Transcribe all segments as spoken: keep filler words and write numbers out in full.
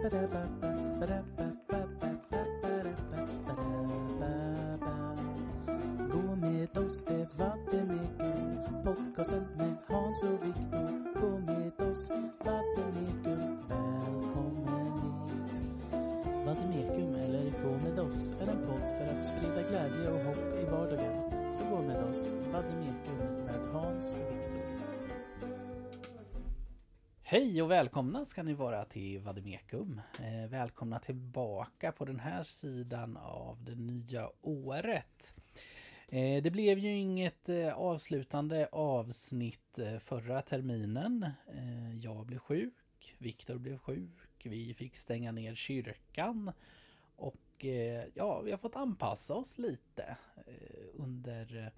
Gå med oss, det Vademekum. Podcasten med Hans och Viktor. Gå med oss, Vademekum. Välkommen hit. Vademekum eller Gå med oss är en podd för att sprida glädje och hopp i vardagen. Så gå med oss, Vademekum med Hans och Viktor. Hej och välkomna ska ni vara till Vademekum. Eh, välkomna tillbaka på den här sidan av det nya året. Eh, det blev ju inget eh, avslutande avsnitt eh, förra terminen. Eh, jag blev sjuk, Viktor blev sjuk, vi fick stänga ner kyrkan. Och eh, ja, vi har fått anpassa oss lite eh, under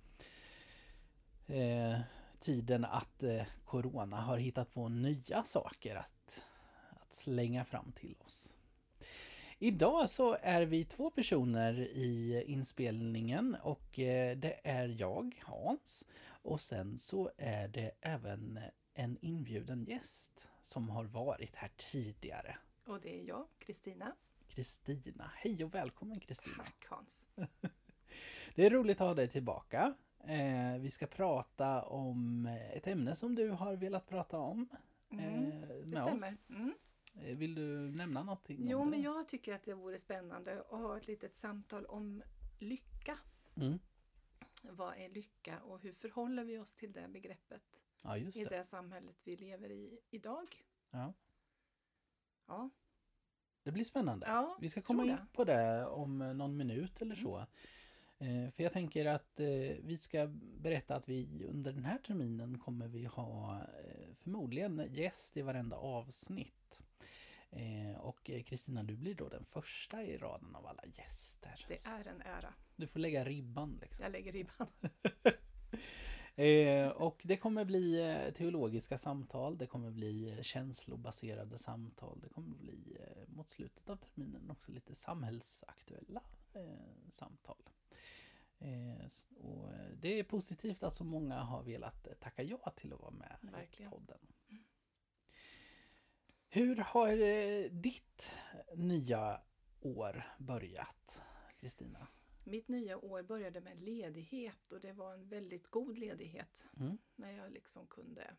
eh, tiden att eh, corona har hittat på nya saker att, att slänga fram till oss. Idag så är vi två personer i inspelningen och eh, det är jag, Hans, och sen så är det även en inbjuden gäst som har varit här tidigare. Och det är jag, Kristina. Kristina. Hej och välkommen Kristina. Tack Hans. Det är roligt att ha dig tillbaka. Eh, vi ska prata om ett ämne som du har velat prata om. Mm, eh, det med stämmer. oss. Mm. Eh, Vill du nämna någonting? Jo, om men det? jag tycker att det vore spännande att ha ett litet samtal om lycka. Mm. Vad är lycka och hur förhåller vi oss till det begreppet Ja, just i det. det samhället vi lever i idag? Ja. Ja, Det blir spännande. ja Vi ska tror komma in det. på det om någon minut eller så. Eh, för jag tänker att eh, vi ska berätta att vi under den här terminen kommer vi ha eh, förmodligen gäst i varenda avsnitt. Eh, och eh, Kristina, du blir då den första i raden av alla gäster. Det är en ära. Du får lägga ribban liksom. Jag lägger ribban. Eh, och det kommer bli eh, teologiska samtal, det kommer bli eh, känslobaserade samtal, det kommer bli eh, mot slutet av terminen också lite samhällsaktuella eh, samtal. Eh, s- och eh, det är positivt att så många har velat eh, tacka ja till att vara med Verkligen. i podden. Hur har eh, ditt nya år börjat, Kristina? Mitt nya år började med ledighet och det var en väldigt god ledighet. Mm. När jag liksom kunde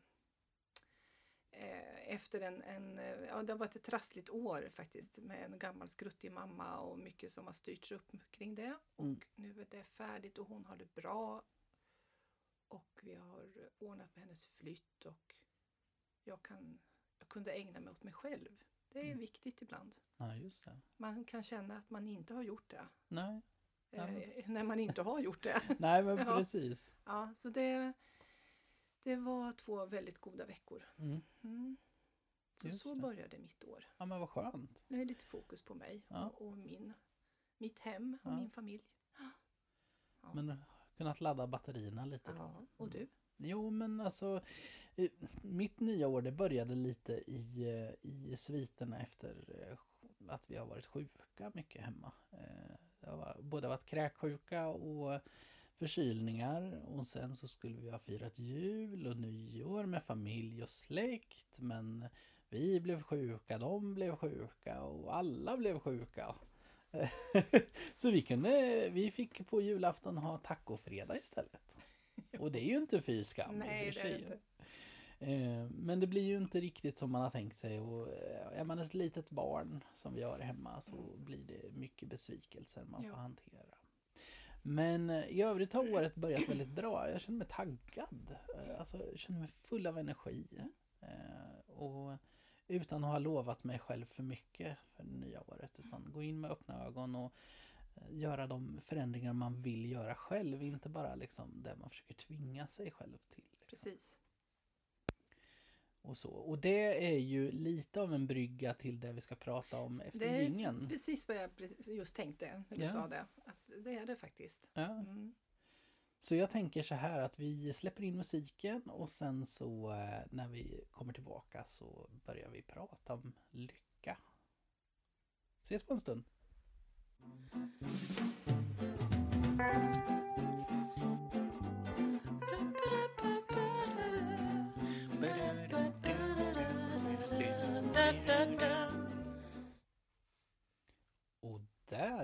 eh, efter en, en eh, ja det har varit ett trassligt år faktiskt med en gammal skruttig mamma och mycket som har styrts upp kring det och Mm. nu är det färdigt och hon har det bra och vi har ordnat med hennes flytt och jag kan jag kunde ägna mig åt mig själv. Det är Mm. viktigt ibland. Ja, just det. Man kan känna att man inte har gjort det Nej, Ja, men- eh, när man inte har gjort det. Nej men Ja. precis. Ja, så det, det var två väldigt goda veckor. Mm. Mm. Så, Just så det. började mitt år. Ja, men vad skönt. Nu är lite fokus på mig Ja. och, och min, mitt hem och Ja. min familj. Ja. Men kunnat ladda batterierna lite då. ja, och du? Jo, men alltså eh, mitt nya år det började lite i, eh, i sviterna efter eh, att vi har varit sjuka mycket hemma. Eh, Det har både varit kräksjuka och förkylningar och sen så skulle vi ha firat jul och nyår med familj och släkt, men vi blev sjuka, de blev sjuka och alla blev sjuka. Så vi kunde, vi fick på julafton ha tacofredag istället. Och det är ju inte fy skam. Nej, i och för det är sig. det inte. Eh, Men det blir ju inte riktigt som man har tänkt sig. Och eh, är man ett litet barn som vi har hemma så Mm. blir det mycket besvikelser man Ja. får hantera. Men eh, i övrigt har året börjat väldigt bra. Jag känner mig taggad. Eh, Alltså, jag känner mig full av energi. Eh, Och utan att ha lovat mig själv för mycket för det nya året. Utan gå in med öppna ögon och eh, göra de förändringar man vill göra själv. Inte bara liksom det man försöker tvinga sig själv till. Liksom. Precis. Och, så. Och det är ju lite av en brygga till det vi ska prata om efter Det är jingeln. precis vad jag precis- just tänkte när du Ja. sa det. Att det är det faktiskt. Ja. Mm. Så jag tänker så här att vi släpper in musiken och sen så eh, när vi kommer tillbaka så börjar vi prata om lycka. Ses på en stund.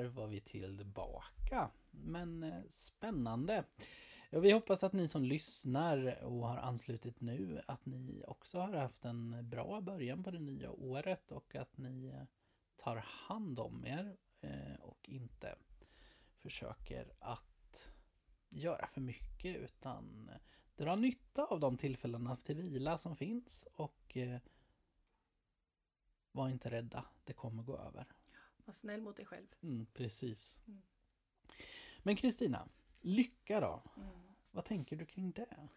var vi tillbaka. Men eh, spännande. Ja, vi hoppas att ni som lyssnar och har anslutit nu, att ni också har haft en bra början på det nya året och att ni eh, tar hand om er eh, och inte försöker att göra för mycket utan dra nytta av de tillfällena till vila som finns och eh, var inte rädda, det kommer gå över. Var snäll mot dig själv. Mm, precis. Mm. Men Kristina, lycka då? Mm. Vad tänker du kring det?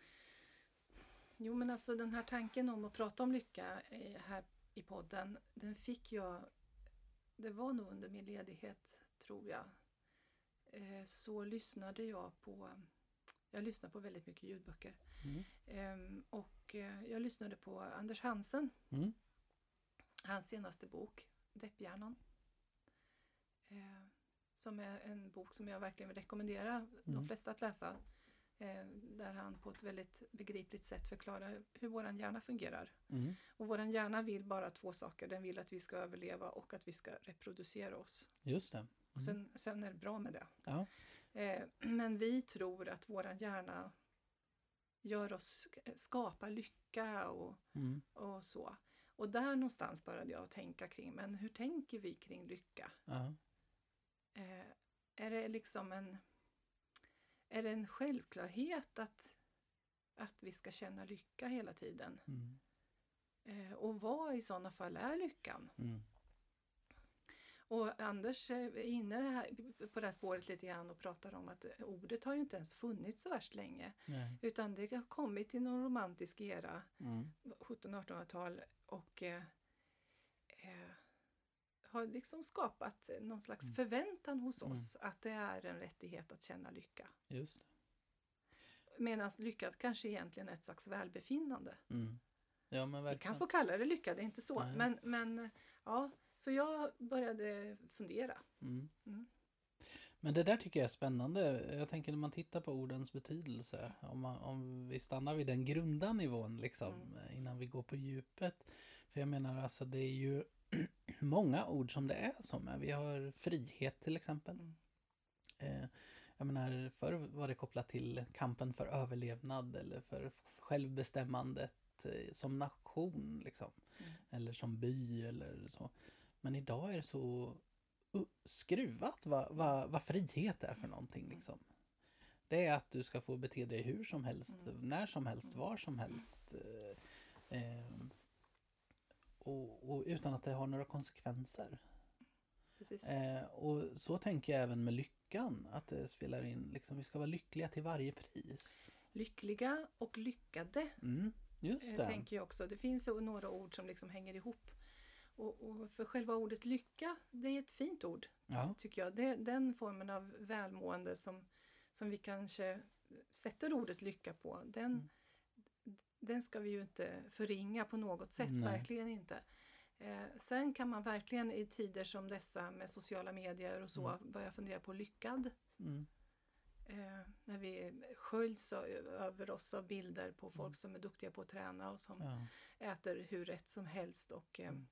Jo, men alltså den här tanken om att prata om lycka eh, här i podden, den fick jag, det var nog under min ledighet tror jag. Eh, så lyssnade jag på, jag lyssnar på väldigt mycket ljudböcker. Mm. Eh, och eh, jag lyssnade på Anders Hansen. Mm. Hans senaste bok, Depphjärnan. Eh, som är en bok som jag verkligen vill rekommendera mm. de flesta att läsa. Eh, där han på ett väldigt begripligt sätt förklarar hur våran hjärna fungerar. Mm. Och våran hjärna vill bara två saker. Den vill att vi ska överleva och att vi ska reproducera oss. Just det. Mm. Och sen, sen är det bra med det. Ja. Eh, men vi tror att våran hjärna gör oss, skapar lycka och, Mm. och så. Och där någonstans började jag tänka kring, men hur tänker vi kring lycka? Ja. Eh, är det liksom en, är det en självklarhet att, att vi ska känna lycka hela tiden? Mm. Eh, och vad i sådana fall är lyckan? Mm. Och Anders är inne här, på det här spåret lite grann och pratar om att ordet har ju inte ens funnits så värst länge. Nej. Utan det har kommit i någon romantisk era, Mm. sjuttonhundra-artonhundratal, och eh, eh, har liksom skapat någon slags Mm. förväntan hos Mm. oss att det är en rättighet att känna lycka. Just det. Medan lycka kanske egentligen är ett slags välbefinnande. Mm. Ja, men Vi verkligen. kan få kalla det lycka, det är inte så. Nej. Men, men ja, så jag började fundera. Mm. Mm. Men det där tycker jag är spännande. Jag tänker när man tittar på ordens betydelse. Om, man, om vi stannar vid den grunda nivån liksom, Mm. innan vi går på djupet. För jag menar alltså det är ju många ord som det är som är. Vi har frihet till exempel. Mm. Eh, jag menar förr var det kopplat till kampen för överlevnad eller för självbestämmandet eh, som nation liksom. Mm. Eller som by eller så. Men idag är det så uh, skruvat vad, vad, vad frihet är för någonting liksom. Det är att du ska få bete dig hur som helst, Mm. när som helst, var som helst. Eh, eh, och, och utan att det har några konsekvenser. Precis. Eh, och så tänker jag även med lyckan. Att det spelar in, liksom, vi ska vara lyckliga till varje pris. Lyckliga och lyckade. Mm, just Jag det. tänker jag också. Det finns ju några ord som liksom hänger ihop. Och, och för själva ordet lycka, det är ett fint ord, Ja. tycker jag. Det, den formen av välmående som, som vi kanske sätter ordet lycka på, den, Mm. den ska vi ju inte förringa på något sätt, Nej. verkligen inte. Eh, sen kan man verkligen i tider som dessa med sociala medier och så Mm. börja fundera på lyckad. Mm. Eh, när vi sköljs ö- över oss av bilder på folk Mm. som är duktiga på att träna och som Ja. äter hur rätt som helst och eh, Mm.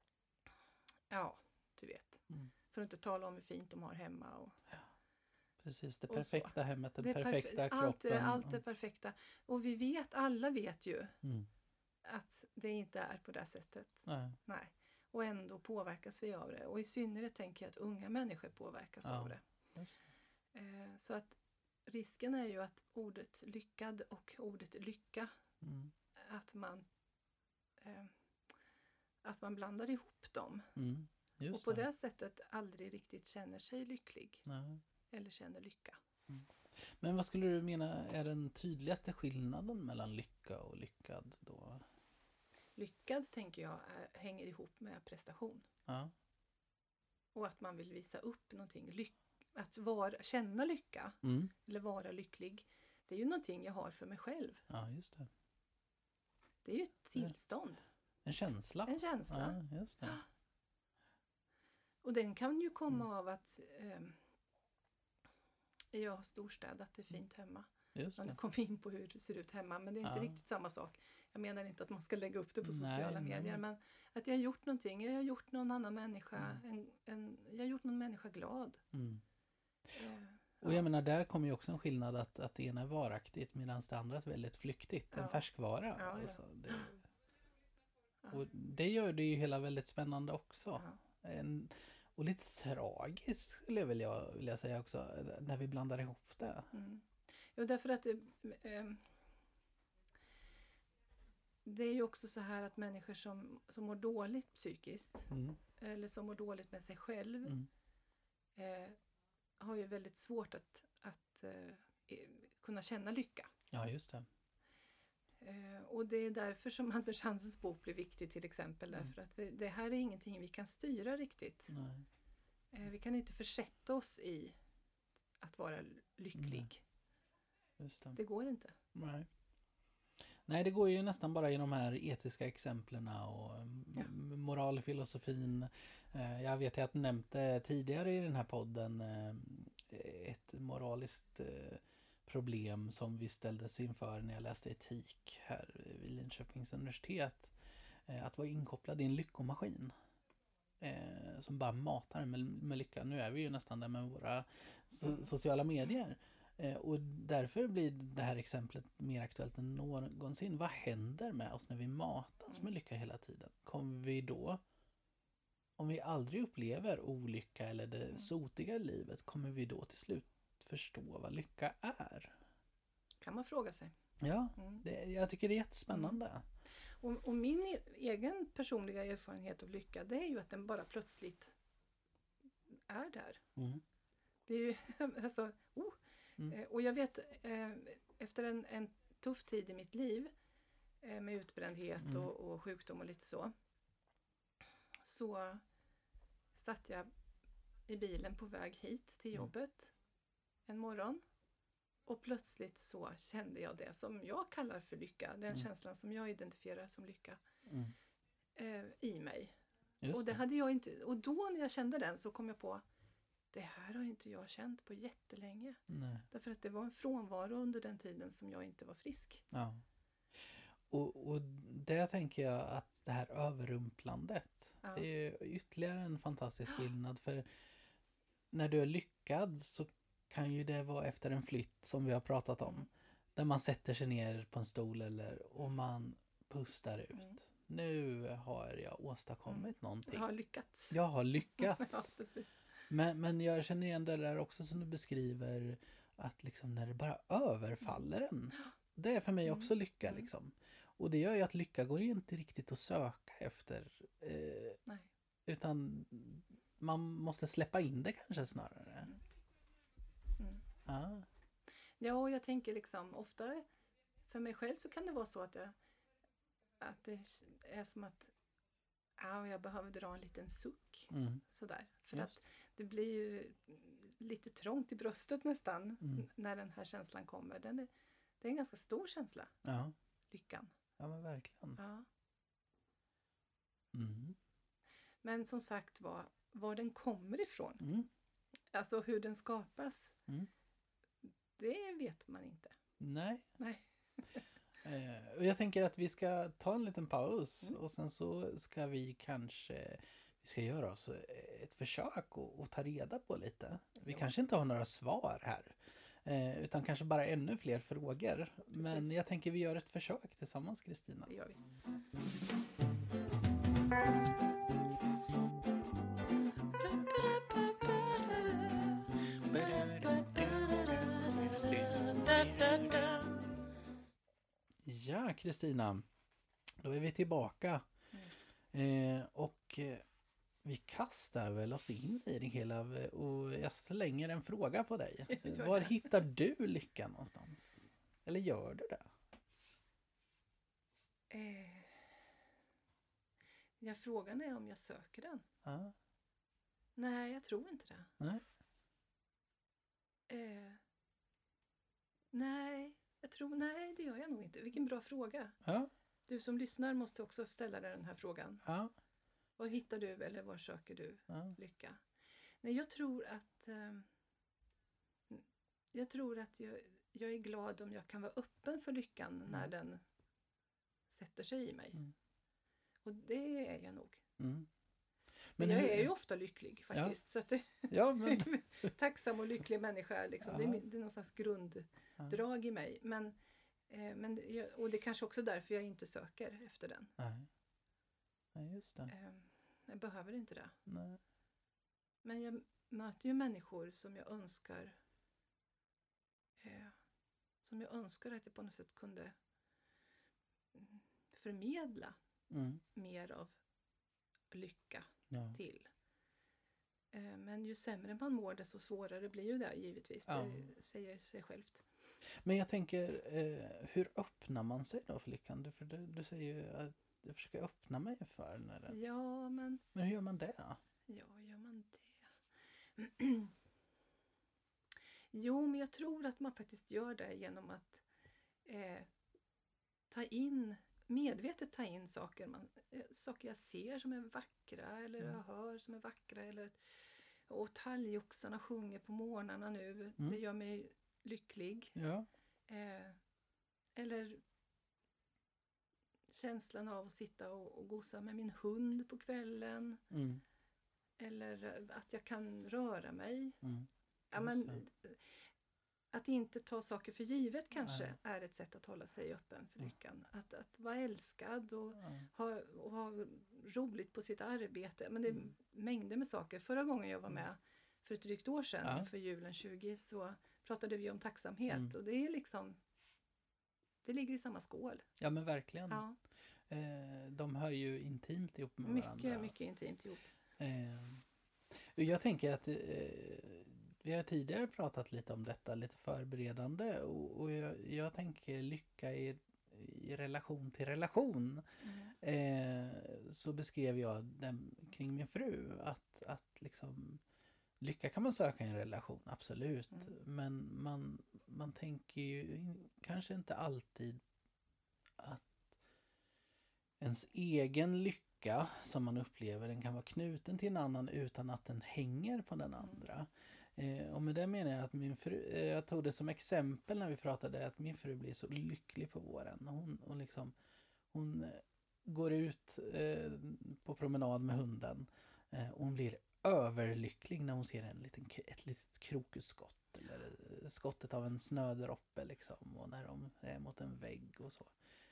ja, du vet. Mm. För att inte tala om hur fint de har hemma. Och Precis, det Och perfekta hemmet, den det är perfe- perfekta allt, kroppen. är- allt är perfekta. Och vi vet, alla vet ju Mm. att det inte är på det sättet. Nej. Nej. Och ändå påverkas vi av det. Och i synnerhet tänker jag att unga människor påverkas Ja. av det. Just. Eh, så att risken är ju att ordet lyckad och ordet lycka, Mm. att man eh, att man blandar ihop dem. Mm. Just och på det sättet aldrig riktigt känner sig lycklig. Nej. Eller känner lycka. Men vad skulle du mena är den tydligaste skillnaden mellan lycka och lyckad då? Lyckad tänker jag är, hänger ihop med prestation. Ja. Och att man vill visa upp någonting. Lyck- att vara, känna lycka Mm. eller vara lycklig. Det är ju någonting jag har för mig själv. Ja, just det. Det är ju ett tillstånd. En känsla. En känsla. Ja, just det. Och den kan ju komma Mm. av att eh, jag har storstädat, det är fint hemma. Just Ja, det. nu kom vi in på hur det ser ut hemma, men det är inte Ja. riktigt samma sak. Jag menar inte att man ska lägga upp det på Nej, sociala nej. medier, men att jag har gjort någonting. Jag har gjort någon annan människa, Mm. en, en, jag har gjort någon människa glad. Mm. Eh, Och jag menar, där kommer ju också en skillnad att, att det ena är varaktigt medan det andra är väldigt flyktigt. En Ja. färskvara. Ja, ja. Alltså, det, Ja. och det gör det ju hela väldigt spännande också. Ja. En, och lite tragiskt skulle jag vilja, vilja säga också, när vi blandar ihop det. Mm. Jo, därför att det, eh, det är ju också så här att människor som, som mår dåligt psykiskt Mm. eller som mår dåligt med sig själv Mm. eh, har ju väldigt svårt att, att eh, kunna känna lycka. Ja, just det. Eh, och det är därför som Anders Hansens bok blir viktig till exempel. Mm. Därför att vi, det här är ingenting vi kan styra riktigt. Nej. Eh, vi kan inte försätta oss i att vara lycklig. Just det. Det går inte. Nej. Nej, det går ju nästan bara i de här etiska exemplen och Ja. m- moralfilosofin. Eh, Jag vet att jag nämnt det tidigare i den här podden. eh, Ett moraliskt eh, problem som vi ställdes inför när jag läste etik här vid Linköpings universitet. Eh, Att vara inkopplad i en lyckomaskin. eh, Som bara matar en med, med lycka. Nu är vi ju nästan där med våra so- sociala medier. Eh, Och därför blir det här exemplet mer aktuellt än någonsin. Vad händer med oss när vi matas med lycka hela tiden? Kommer vi då, om vi aldrig upplever olycka eller det sotiga i livet, kommer vi då till slut förstå vad lycka är? Kan man fråga sig. Ja, Mm. det, jag tycker det är jättespännande. Och, och min e- egen personliga erfarenhet av lycka, det är ju att den bara plötsligt är där. Mm. Det är ju alltså, oh. Mm. Eh, och jag vet eh, efter en, en tuff tid i mitt liv eh, med utbrändhet Mm. och, och sjukdom och lite så, så satt jag i bilen på väg hit till Mm. jobbet en morgon och plötsligt så kände jag det som jag kallar för lycka, den Mm. känslan som jag identifierar som lycka Mm. eh, i mig. Just Och det det. hade jag inte, och då när jag kände den så kom jag på, det här har inte jag känt på jättelänge. Nej. Därför att det var en frånvaro under den tiden som jag inte var frisk. Ja. Och, och där tänker jag att det här överrumplandet, Ja. det är ju ytterligare en fantastisk skillnad. För när du är lyckad så kan ju det vara efter en flytt som vi har pratat om. Mm. Där man sätter sig ner på en stol eller och man pustar ut. Mm. Nu har jag åstadkommit Mm. någonting. Jag har lyckats. Jag har Ja, lyckats. precis. Men, men jag känner igen det där också som du beskriver, att liksom när det bara överfaller en. Det är för mig Mm. också lycka Mm. liksom. Och det gör ju att lycka går inte riktigt att söka efter. Eh, Nej. utan man måste släppa in det kanske snarare. Mm. Mm. Ja. Ja, och jag tänker liksom ofta för mig själv så kan det vara så att, jag, att det är som att ja, jag behöver dra en liten suck. Mm. Sådär. För Just. att det blir lite trångt i bröstet nästan Mm. n- när den här känslan kommer. Den är, det är en ganska stor känsla, Ja. lyckan. Ja, men verkligen. Ja. Mm. Men som sagt var, var den kommer ifrån, Mm. alltså hur den skapas, Mm. det vet man inte. Nej. Nej. Eh, och jag tänker att vi ska ta en liten paus Mm. och sen så ska vi kanske vi ska göra oss ett försök och, och ta reda på lite. Vi Ja. kanske inte har några svar här eh, utan kanske bara ännu fler frågor. Men Precis. jag tänker vi gör ett försök tillsammans, Kristina. Det gör vi. Ja, Kristina. Då är vi tillbaka. Eh, och eh, vi kastar väl oss in i det hela och jag slänger en fråga på dig. Gör Var det. hittar du lyckan någonstans? Eller gör du det? Eh. Ja, frågan är om jag söker den. Ja. Nej, jag tror inte det. Nej. Eh. Nej, jag tror, nej, det gör jag nog inte. Vilken bra fråga. Ja. Du som lyssnar måste också ställa dig den här frågan. Ja. Var hittar du eller var söker du Ja. lycka? Nej, jag tror att eh, jag tror att jag, jag är glad om jag kan vara öppen för lyckan Mm. när den sätter sig i mig. Mm. Och det är jag nog. Mm. Men Men jag hur- är ju ofta lycklig faktiskt. Så att det, Ja, men... tacksam och lycklig människa. Liksom. Det, är, Ja. min- det är någon slags grunddrag i mig. Men, eh, men jag, och det är kanske också därför jag inte söker efter den. Nej. Nej, just det. Eh, jag behöver inte det. Nej. Men jag möter ju människor som jag önskar eh, som jag önskar att jag på något sätt kunde mm, förmedla Mm. mer av lycka Ja. till. Eh, men ju sämre man mår desto svårare blir ju det givetvis. Ja. Det säger sig självt. Men jag tänker, eh, hur öppnar man sig då för lyckan? Du, för du, du säger ju att jag försöker öppna mig för när det... Ja, men Men hur gör man det? ja, gör man det? Jo, men jag tror att man faktiskt gör det genom att eh, ta in, medvetet ta in saker, man, eh, saker jag ser som är vackra eller Mm. jag hör som är vackra. Eller, och talgoxarna sjunger på morgnarna nu, Mm. det gör mig lycklig. Ja. Eh, eller känslan av att sitta och, och gosa med min hund på kvällen. Mm. Eller att jag kan röra mig. Mm. Ja, Just men, att inte ta saker för givet kanske Nej. är ett sätt att hålla sig öppen för Mm. lyckan. Att, att vara älskad och Ja. ha, och ha roligt på sitt arbete. Men det är Mm. mängder med saker. Förra gången jag var med för ett drygt år sedan, Ja. för julen tjugo, så pratade vi om tacksamhet. Mm. Och det är liksom, det ligger i samma skål. Ja, men verkligen. Ja, Eh, de hör ju intimt ihop med mycket, varandra. mycket intimt ihop. Eh, och jag tänker att eh, vi har tidigare pratat lite om detta, lite förberedande. Och, och jag, jag tänker lycka i, i relation till relation. Mm. Eh, så beskrev jag den kring min fru. Att, att liksom, lycka kan man söka i en relation, absolut. Mm. Men man, man tänker ju in, kanske inte alltid att ens egen lycka som man upplever, den kan vara knuten till en annan utan att den hänger på den andra. Eh, och med det menar jag att min fru, eh, jag tog det som exempel när vi pratade, att min fru blir så lycklig på våren. Hon, hon, liksom, hon eh, går ut eh, på promenad med hunden eh, och hon blir överlycklig när hon ser en liten, ett litet krokusskott eller eh, skottet av en snödroppe liksom, och när de är mot en vägg och så.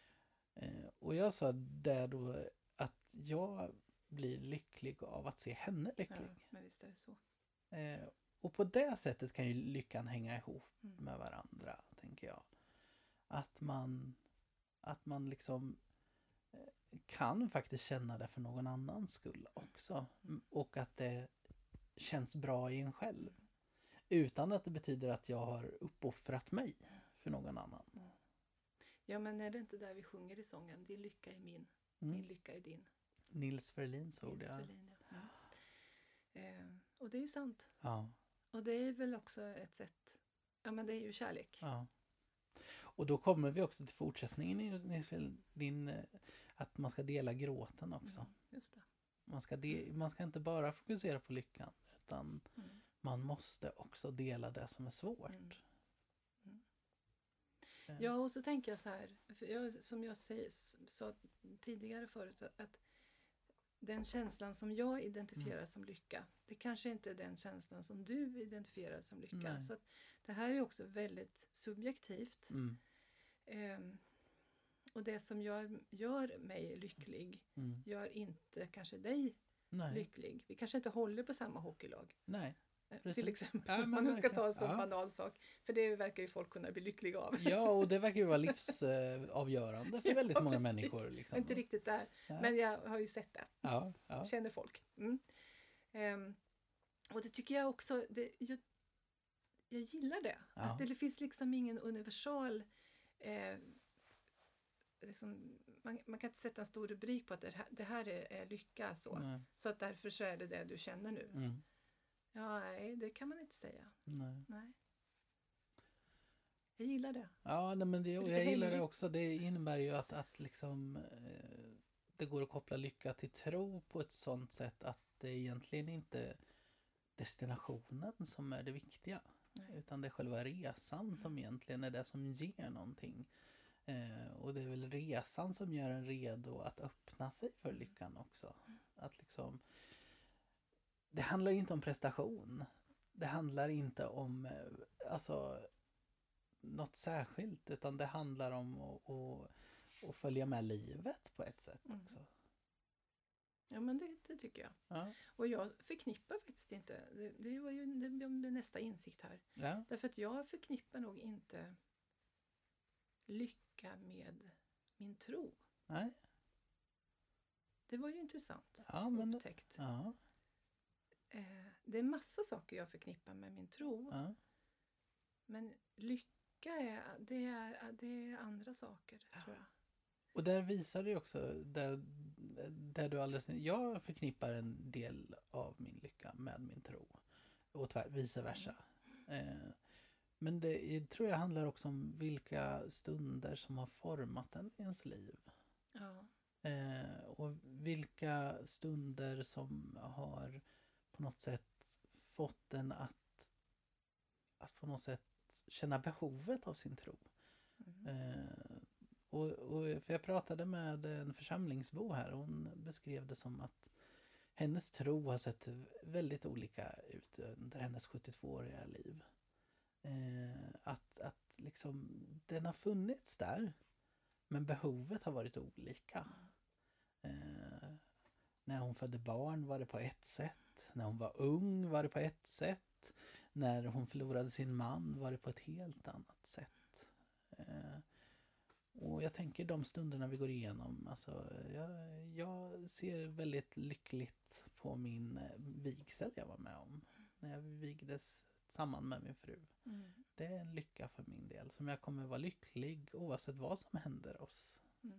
Eh, och jag sa där då att jag blir lycklig av att se henne lycklig. Ja, men visst är det så. Eh, och på det sättet kan ju lyckan hänga ihop Mm. med varandra, tänker jag. Att man, att man liksom eh, kan faktiskt känna det för någon annans skull också. Mm, och att det känns bra i en själv. Utan att det betyder att jag har uppoffrat mig för någon annan. Ja, men är det inte där vi sjunger i sången? Din lycka är min, Mm. min lycka är din. Nils Ferlins ord, Nils ja. Ferlin, ja. Mm. Eh, och det är ju sant. Ja. Och det är väl också ett sätt, ja men det är ju kärlek. Ja. Och då kommer vi också till fortsättningen i Nils Ferlin, din, eh, att man ska dela gråten också. Mm, just det. Man ska, de, man ska inte bara fokusera på lyckan, utan Mm. man måste också dela det som är svårt. Mm. Mm. Eh, Ja, och så tänker jag så här, för jag, som jag säger, sa tidigare förut, att den känslan som jag identifierar Mm. som lycka, det kanske inte är den känslan som du identifierar som lycka. Nej. Så att det här är också väldigt subjektivt. Mm, Ehm, och det som gör, gör mig lycklig mm. gör inte kanske dig Nej, lycklig. Vi kanske inte håller på samma hockeylag. nej. eh, Precis. Till exempel. Ja, men Om man nu ska verkligen. ta en sån Ja. banal sak. För det verkar ju folk kunna bli lyckliga av. Ja, och det verkar ju vara livsavgörande eh, avgörande för Ja, väldigt många precis. människor. Liksom. Inte riktigt där. Nej. Men jag har ju sett det. Ja, ja. Känner folk. Mm. Ehm, och det tycker jag också, det, jag, jag gillar det. Ja. Att det, det finns liksom ingen universal, eh, liksom, man, man kan inte sätta en stor rubrik på att det här, det här är, är lycka. Så. Nej. så att därför så är det det du känner nu. Mm. Ja, nej, det kan man inte säga. Nej. Nej. Jag gillar det. Ja, nej, men det, och Lite jag gillar det hemligt. också. Det innebär ju att, att liksom, eh, det går att koppla lycka till tro på ett sånt sätt att det egentligen inte är destinationen som är det viktiga. Nej. Utan det är själva resan som egentligen är det som ger någonting. Eh, och det är väl resan som gör en redo att öppna sig för lyckan också. Att liksom, det handlar inte om prestation. Det handlar inte om eh, alltså, något särskilt, utan det handlar om att, att, att följa med livet på ett sätt också. Mm. Ja, men det, det tycker jag. Ja. Och jag förknippar faktiskt inte, det, det var ju det blev nästa insikt här. Ja. Därför att jag förknippar nog inte lycka med min tro. Nej. Det var ju intressant Ja, men, upptäckt. ja. Eh, det är massa saker jag förknippar med min tro. Ja. Men lycka är, det är, det är andra saker, tror jag. Och där visar det också, där, där du alldeles, jag förknippar en del av min lycka med min tro. Och tvär, vice versa. Mm. Eh, men det tror jag handlar också om vilka stunder som har format en i ens liv. Ja. Eh, och vilka stunder som har på något sätt fått en att, att på något sätt känna behovet av sin tro. Mm. Eh, och, och för jag pratade med en församlingsbo här och hon beskrev det som att hennes tro har sett väldigt olika ut under hennes sjuttiotvååriga liv. Eh, att, att liksom den har funnits där, men behovet har varit olika. Eh, när hon födde barn var det på ett sätt. När hon var ung var det på ett sätt. När hon förlorade sin man var det på ett helt annat sätt. Eh, och jag tänker de stunderna vi går igenom. Alltså, jag, jag ser väldigt lyckligt på min vigsel jag var med om. När jag vigdes samman med min fru. Mm. Det är en lycka för min del. Som jag kommer vara lycklig oavsett vad som händer oss. Mm.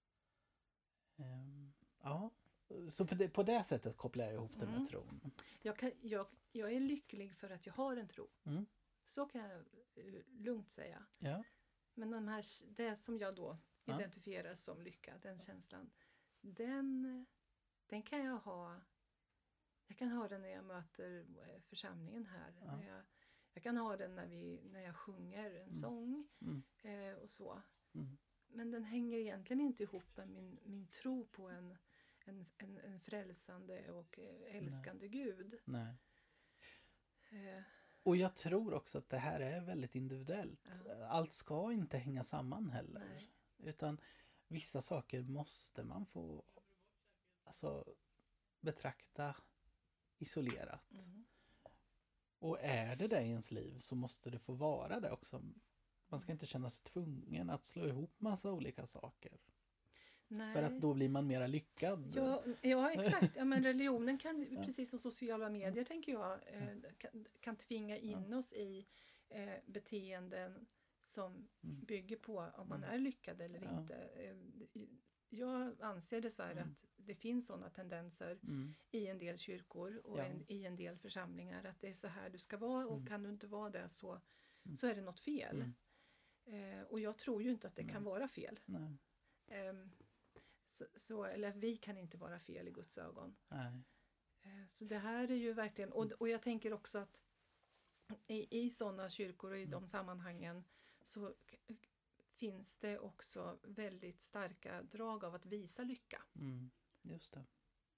Um, ja. Så på det, på det sättet kopplar jag ihop det med Mm. tron. Jag, kan, jag, jag är lycklig för att jag har en tro. Mm. Så kan jag uh, lugnt säga. Ja. Men de här, det som jag då Ja. identifierar som lycka, den känslan, den, den kan jag ha. Jag kan ha den när jag möter församlingen här. Ja. När jag, jag kan ha den när, vi, när jag sjunger en Mm. sång Mm. eh, och så. Mm. Men den hänger egentligen inte ihop med min, min tro på en, en, en, en frälsande och eh, älskande Gud. Nej. Eh, Och jag tror också att det här är väldigt individuellt. Ja. Allt ska inte hänga samman heller. Nej. Utan vissa saker måste man få alltså, betrakta isolerat. mm. Och är det det i ens liv så måste det få vara det också. Man ska inte känna sig tvungen att slå ihop massa olika saker. Nej. För att då blir man mera lyckad. Ja, ja exakt. Ja, men religionen kan, Ja. precis som sociala medier tänker jag, eh, kan, kan tvinga in oss i eh, beteenden som Mm. bygger på om man Mm. är lyckad eller Ja. inte. Eh, jag anser dessvärre Mm. att det finns sådana tendenser Mm. i en del kyrkor och Ja. en, i en del församlingar att det är så här du ska vara och Mm. kan du inte vara det så, Mm. så är det något fel. Mm. Eh, och jag tror ju inte att det Nej. kan vara fel. Nej. Ehm, så, så, eller vi kan inte vara fel i Guds ögon. Nej. Eh, Så det här är ju verkligen, och, och jag tänker också att i, i sådana kyrkor och i de sammanhangen så k- finns det också väldigt starka drag av att visa lycka. Mm. Just det.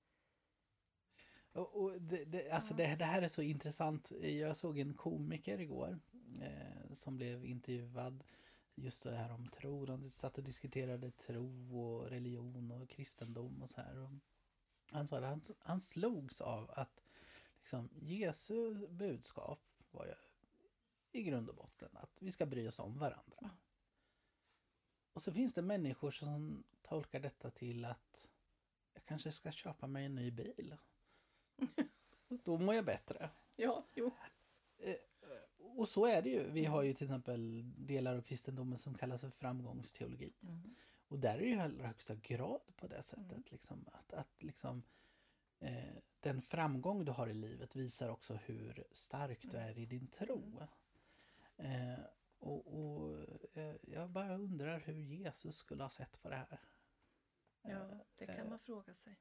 Och, och det, det, alltså Ja. det, det här är så intressant. Jag såg en komiker igår eh, som blev intervjuad just det här om tro. De satt och diskuterade tro och religion och kristendom och så här. Och han sa att han, han slogs av att liksom, Jesu budskap var ju i grund och botten att vi ska bry oss om varandra. Ja. Och så finns det människor som tolkar detta till att jag kanske ska köpa mig en ny bil. Då mår jag bättre. Ja, jo. Eh, Och så är det ju. Vi har ju till exempel delar av kristendomen som kallas för framgångsteologi. Mm. Och där är det ju i allra högsta grad på det sättet. Mm. Liksom, att att liksom, eh, den framgång du har i livet visar också hur stark du är i din tro. Eh, och och eh, jag bara undrar hur Jesus skulle ha sett på det här. Ja, det kan Eh, man fråga sig.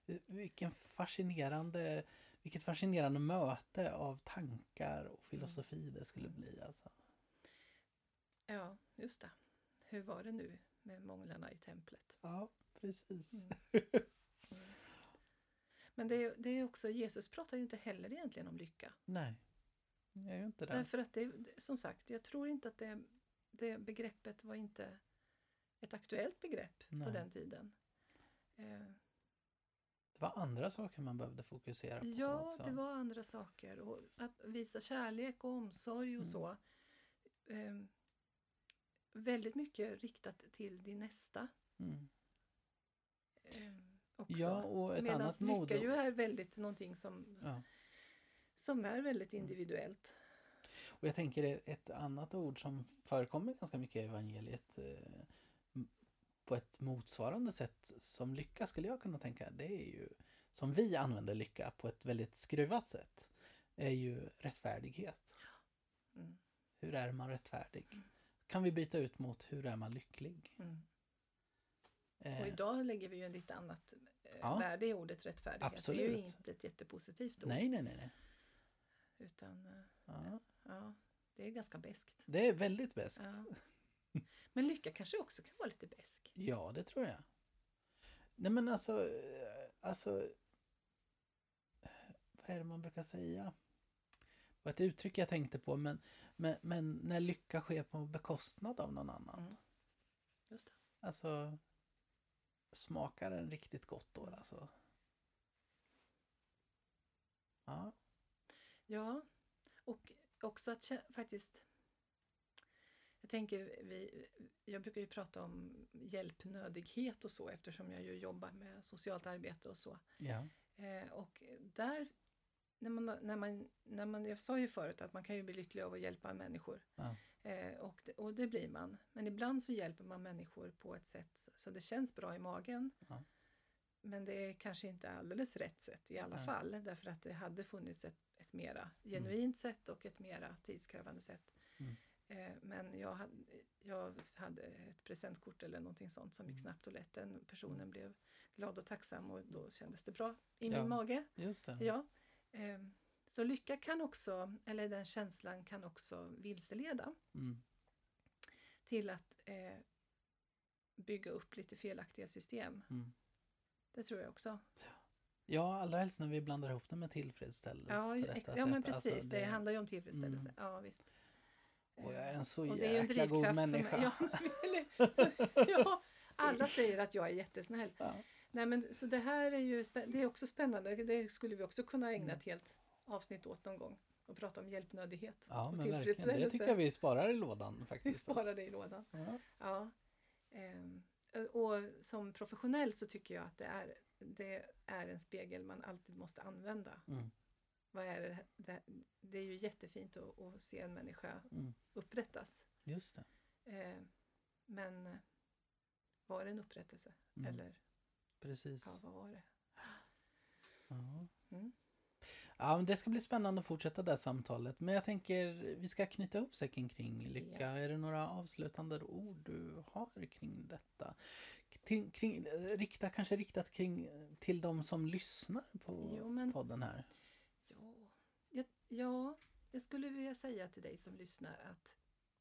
Vilken fascinerande, vilket fascinerande möte av tankar och filosofi mm. det skulle bli. Alltså. Ja, just det. Hur var det nu med månglarna i templet? Ja, precis. Mm. Mm. Men det är, det är också, Jesus pratar ju inte heller egentligen om lycka. Nej, jag är ju inte det. Därför att det, som sagt, jag tror inte att det, det begreppet var inte ett aktuellt begrepp Nej. På den tiden. Eh, det var andra saker man behövde fokusera på ja, också. det var andra saker. Och att visa kärlek och omsorg och mm. så. Eh, väldigt mycket riktat till din nästa. Mm. Eh, också. Ja, och ett Medan annat lycka mode. ju är väldigt någonting som, ja. som är väldigt individuellt. Och jag tänker ett annat ord som förekommer ganska mycket i evangeliet eh, på ett motsvarande sätt som lycka skulle jag kunna tänka. Det är ju, som vi använder lycka på ett väldigt skruvat sätt, är ju rättfärdighet. Mm. Hur är man rättfärdig? Mm. Kan vi byta ut mot hur är man lycklig? Mm. Och idag lägger vi ju en lite annat ja, värde i ordet rättfärdighet. Absolut. Det är ju inte ett jättepositivt ord. Nej, nej, nej. nej. Utan, ja. ja, det är ganska beskt. Det är väldigt beskt. Ja. Men lycka kanske också kan vara lite besk. Ja, det tror jag. Nej, men alltså, alltså, vad är det man brukar säga? Det var ett uttryck jag tänkte på, men, men, men när lycka sker på bekostnad av någon annan. Mm. Just det. Alltså, smakar den riktigt gott då? Alltså? Ja. Ja, och också att faktiskt, jag tänker, vi, jag brukar ju prata om hjälpnödighet och så eftersom jag ju jobbar med socialt arbete och så. Ja. Eh, och där, när man, när man, när man, jag sa ju förut att man kan ju bli lycklig av att hjälpa människor. Ja. Eh, och, det, och det blir man. Men ibland så hjälper man människor på ett sätt så det känns bra i magen. Ja. Men det är kanske inte alldeles rätt sätt i alla ja. fall. Därför att det hade funnits ett, ett mera genuint mm. sätt och ett mera tidskrävande sätt. Mm. Eh, men jag hade, jag hade ett presentkort eller någonting sånt som gick snabbt och lätt. Den personen mm. blev glad och tacksam och då kändes det bra i ja. min mage. Just det. Ja. Eh, så lycka kan också, eller den känslan kan också vilseleda. Mm. Till att eh, bygga upp lite felaktiga system. Mm. Det tror jag också. Ja, allra helst när vi blandar ihop det med tillfredsställelse. Ja, ex- ja men precis. Alltså, det... det handlar ju om tillfredsställelse. Mm. Ja, visst. Och jag är en så och jäkla det är en drivkraft god människa. Som, ja, så, ja, alla säger att jag är jättesnäll. Ja. Nej, men så det här är ju det är också spännande. Det skulle vi också kunna ägna ett helt avsnitt åt någon gång. Och prata om hjälpnödighet. Ja, och men verkligen. Det tycker jag vi sparar i lådan faktiskt. Vi sparar det i lådan. Ja. Ja. Ehm, och som professionell så tycker jag att det är, det är en spegel man alltid måste använda. Mm. Vad är det? Det, det är ju jättefint att, att se en människa mm. upprättas. Just det. Ehm, men var det en upprättelse? Mm. Eller? Precis. Ja, vad var det? Ja. Mm. Ja, men det ska bli spännande att fortsätta det samtalet. Men jag tänker, vi ska knyta ihop säcken kring lycka. Ja. Är det några avslutande ord du har kring detta? Kring, kring, rikta, kanske riktat kring, till de som lyssnar på jo, men, podden här. Ja, jag, ja, jag skulle vilja säga till dig som lyssnar att,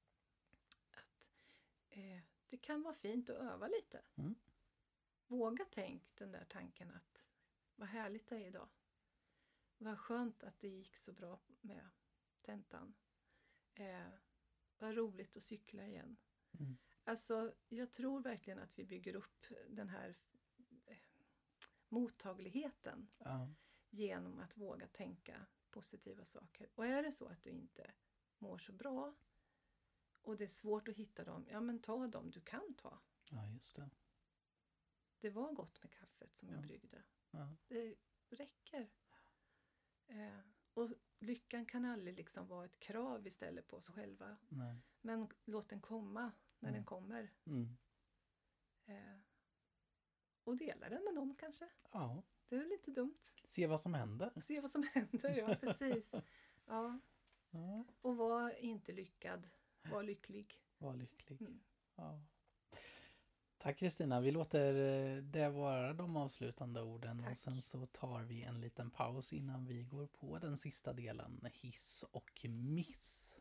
att eh, det kan vara fint att öva lite. Mm. Våga tänk den där tanken att vad härligt det är idag. Vad skönt att det gick så bra med tentan. Eh, vad roligt att cykla igen. Mm. Alltså, jag tror verkligen att vi bygger upp den här eh, mottagligheten ja. genom att våga tänka positiva saker. Och är det så att du inte mår så bra och det är svårt att hitta dem, ja men ta dem du kan ta. Ja, just det. Det var gott med kaffet som ja. jag bryggde. Ja. Det räcker. Eh, och lyckan kan aldrig liksom vara ett krav istället på oss själva. Nej. Men låt den komma när mm. den kommer. Mm. Eh, och dela den med någon kanske. Ja. Det är väl inte dumt. Se vad som händer. Se vad som händer, ja precis. Ja. Ja. Och var inte lyckad. Var lycklig. Var lycklig. Mm. Ja. Tack Kristina, vi låter eh, det vara de avslutande orden. Tack. Och sen så tar vi en liten paus innan vi går på den sista delen, hiss och miss.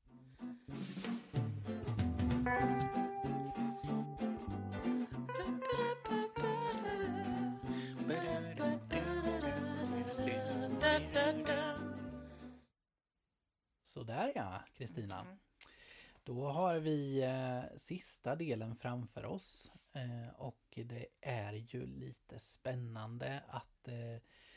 Så där ja, Kristina. Mm. Då har vi eh, sista delen framför oss eh, och det är ju lite spännande att eh,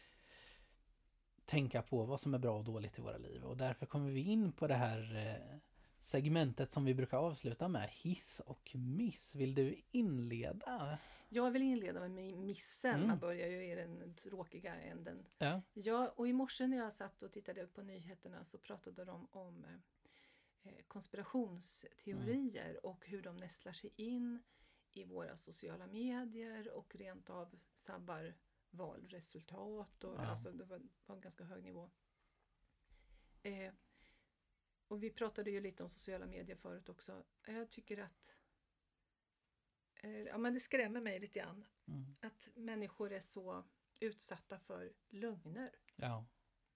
tänka på vad som är bra och dåligt i våra liv. Och därför kommer vi in på det här eh, segmentet som vi brukar avsluta med, hiss och miss. Vill du inleda? Jag vill inleda med missen. Mm. Man börjar ju i den tråkiga änden. Ja. Ja, och i morse när jag satt och tittade på nyheterna så pratade de om eh, konspirationsteorier mm. och hur de nästlar sig in i våra sociala medier och rent av sabbar valresultat. Och, ja. alltså, det var, var en ganska hög nivå. Eh, och vi pratade ju lite om sociala medier förut också. Jag tycker att eh, ja, men det skrämmer mig lite grann. Mm. Att människor är så utsatta för lögner. Ja.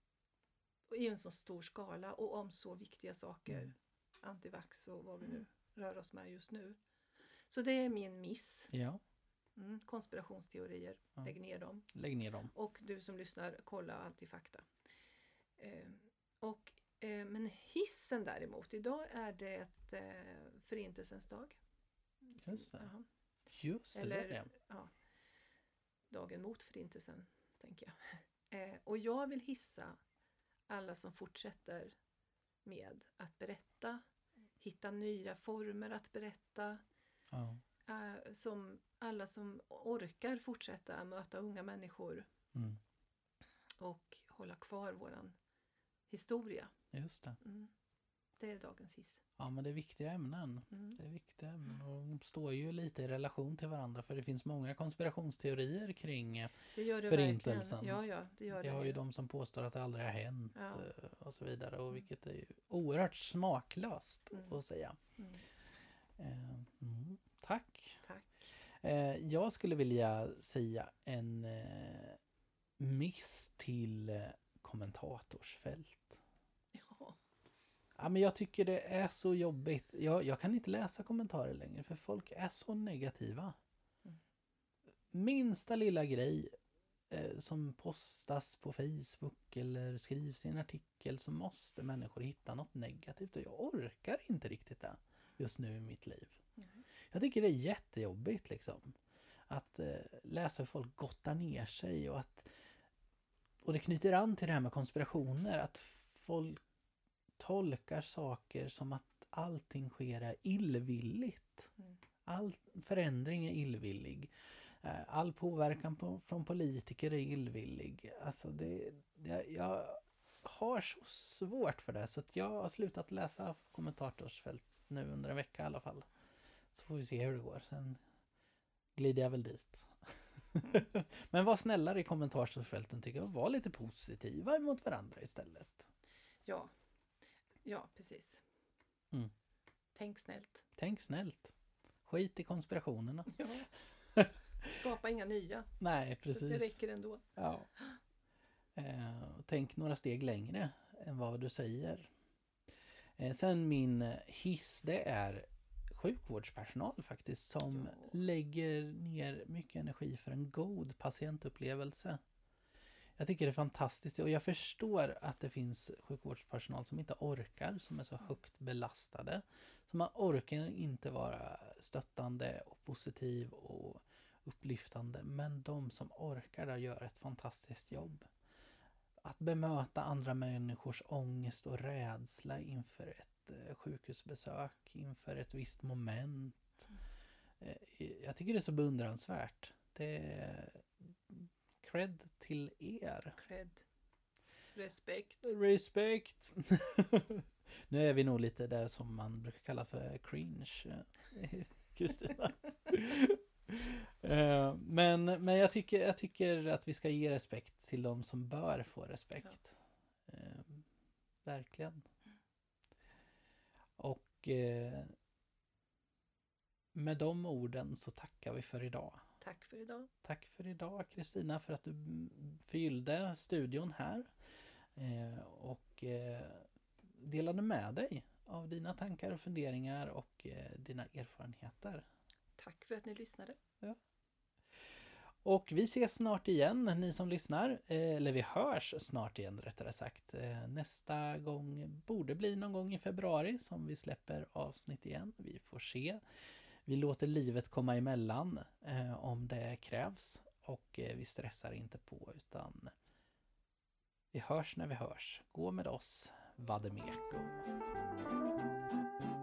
Och i en så stor skala och om så viktiga saker. Mm. Antivax och vad vi nu rör oss med just nu. Så det är min miss. Ja. Mm, konspirationsteorier. Ja. Lägg ner dem. Lägg ner dem. Och du som lyssnar, kolla alltid fakta. Eh, och, eh, men hissen däremot. Idag är det ett eh, förintelsens dag. Just det. Jaha. Just det. Eller, det är det. ja, dagen mot förintelsen, tänker jag. Eh, och jag vill hissa alla som fortsätter med att berätta, hitta nya former att berätta. Ja. Eh, som alla som orkar fortsätta möta unga människor Mm. och hålla kvar våran historia. Just det. Mm. Det är dagens hiss. Ja, men det är viktiga ämnen. Mm. Det är viktiga ämnen och de står ju lite i relation till varandra för det finns många konspirationsteorier kring eh, Det gör det förintelsen. verkligen. Ja, ja, det gör Vi det. har ju de som påstår att det aldrig har hänt Ja. eh, och så vidare och vilket är ju oerhört smaklöst Mm. att säga. Mm. Eh, mm, tack. Tack. Eh, jag skulle vilja säga en eh, miss till eh, kommentatorsfält. Ja. Ja, men jag tycker det är så jobbigt. Jag, jag kan inte läsa kommentarer längre för folk är så negativa. Mm. Minsta lilla grej eh, som postas på Facebook eller skrivs i en artikel så måste människor hitta något negativt och jag orkar inte riktigt det just nu i mitt liv. Mm. Jag tycker det är jättejobbigt liksom att eh, läsa hur folk gottar ner sig och att och det knyter an till det här med konspirationer att folk tolkar saker som att allting sker är illvilligt. Mm. All förändring är illvillig. All påverkan på, från politiker är illvillig. Alltså det, det, jag har så svårt för det så att jag har slutat läsa kommentatorsfält nu under en vecka i alla fall. Så får vi se hur det går. Sen glider jag väl dit. Mm. Men var snällare i kommentarsfälten tycker jag. Var lite positiva mot varandra istället. Ja. Ja, precis. Mm. Tänk snällt. Tänk snällt. Skit i konspirationerna. Ja. Skapa inga nya. Nej, precis. Det räcker ändå. Ja. Eh, tänk några steg längre än vad du säger. Eh, sen min hiss, det är sjukvårdspersonal faktiskt som Ja. lägger ner mycket energi för en god patientupplevelse. Jag tycker det är fantastiskt och jag förstår att det finns sjukvårdspersonal som inte orkar, som är så högt belastade. Så man orkar inte vara stöttande och positiv och upplyftande. Men de som orkar där gör ett fantastiskt jobb. Att bemöta andra människors ångest och rädsla inför ett eh, sjukhusbesök, inför ett visst moment. Eh, jag tycker det är så beundransvärt. Det är cred till er. Cred. Respekt. Respekt. Nu är vi nog lite där som man brukar kalla för cringe. Kristina. uh, men men jag, tycker, jag tycker att vi ska ge respekt till de som bör få respekt. Ja. Uh, verkligen. Och uh, med de orden så tackar vi för idag. Tack för idag. Tack för idag Kristina för att du förgyllde studion här. Eh, och eh, delade med dig av dina tankar och funderingar och eh, dina erfarenheter. Tack för att ni lyssnade. Ja. Och vi ses snart igen, ni som lyssnar. Eh, eller vi hörs snart igen rättare sagt. Eh, nästa gång borde bli någon gång i februari som vi släpper avsnitt igen. Vi får se. Vi låter livet komma emellan eh, om det krävs. Och eh, vi stressar inte på utan vi hörs när vi hörs. Gå med oss, Vademekum.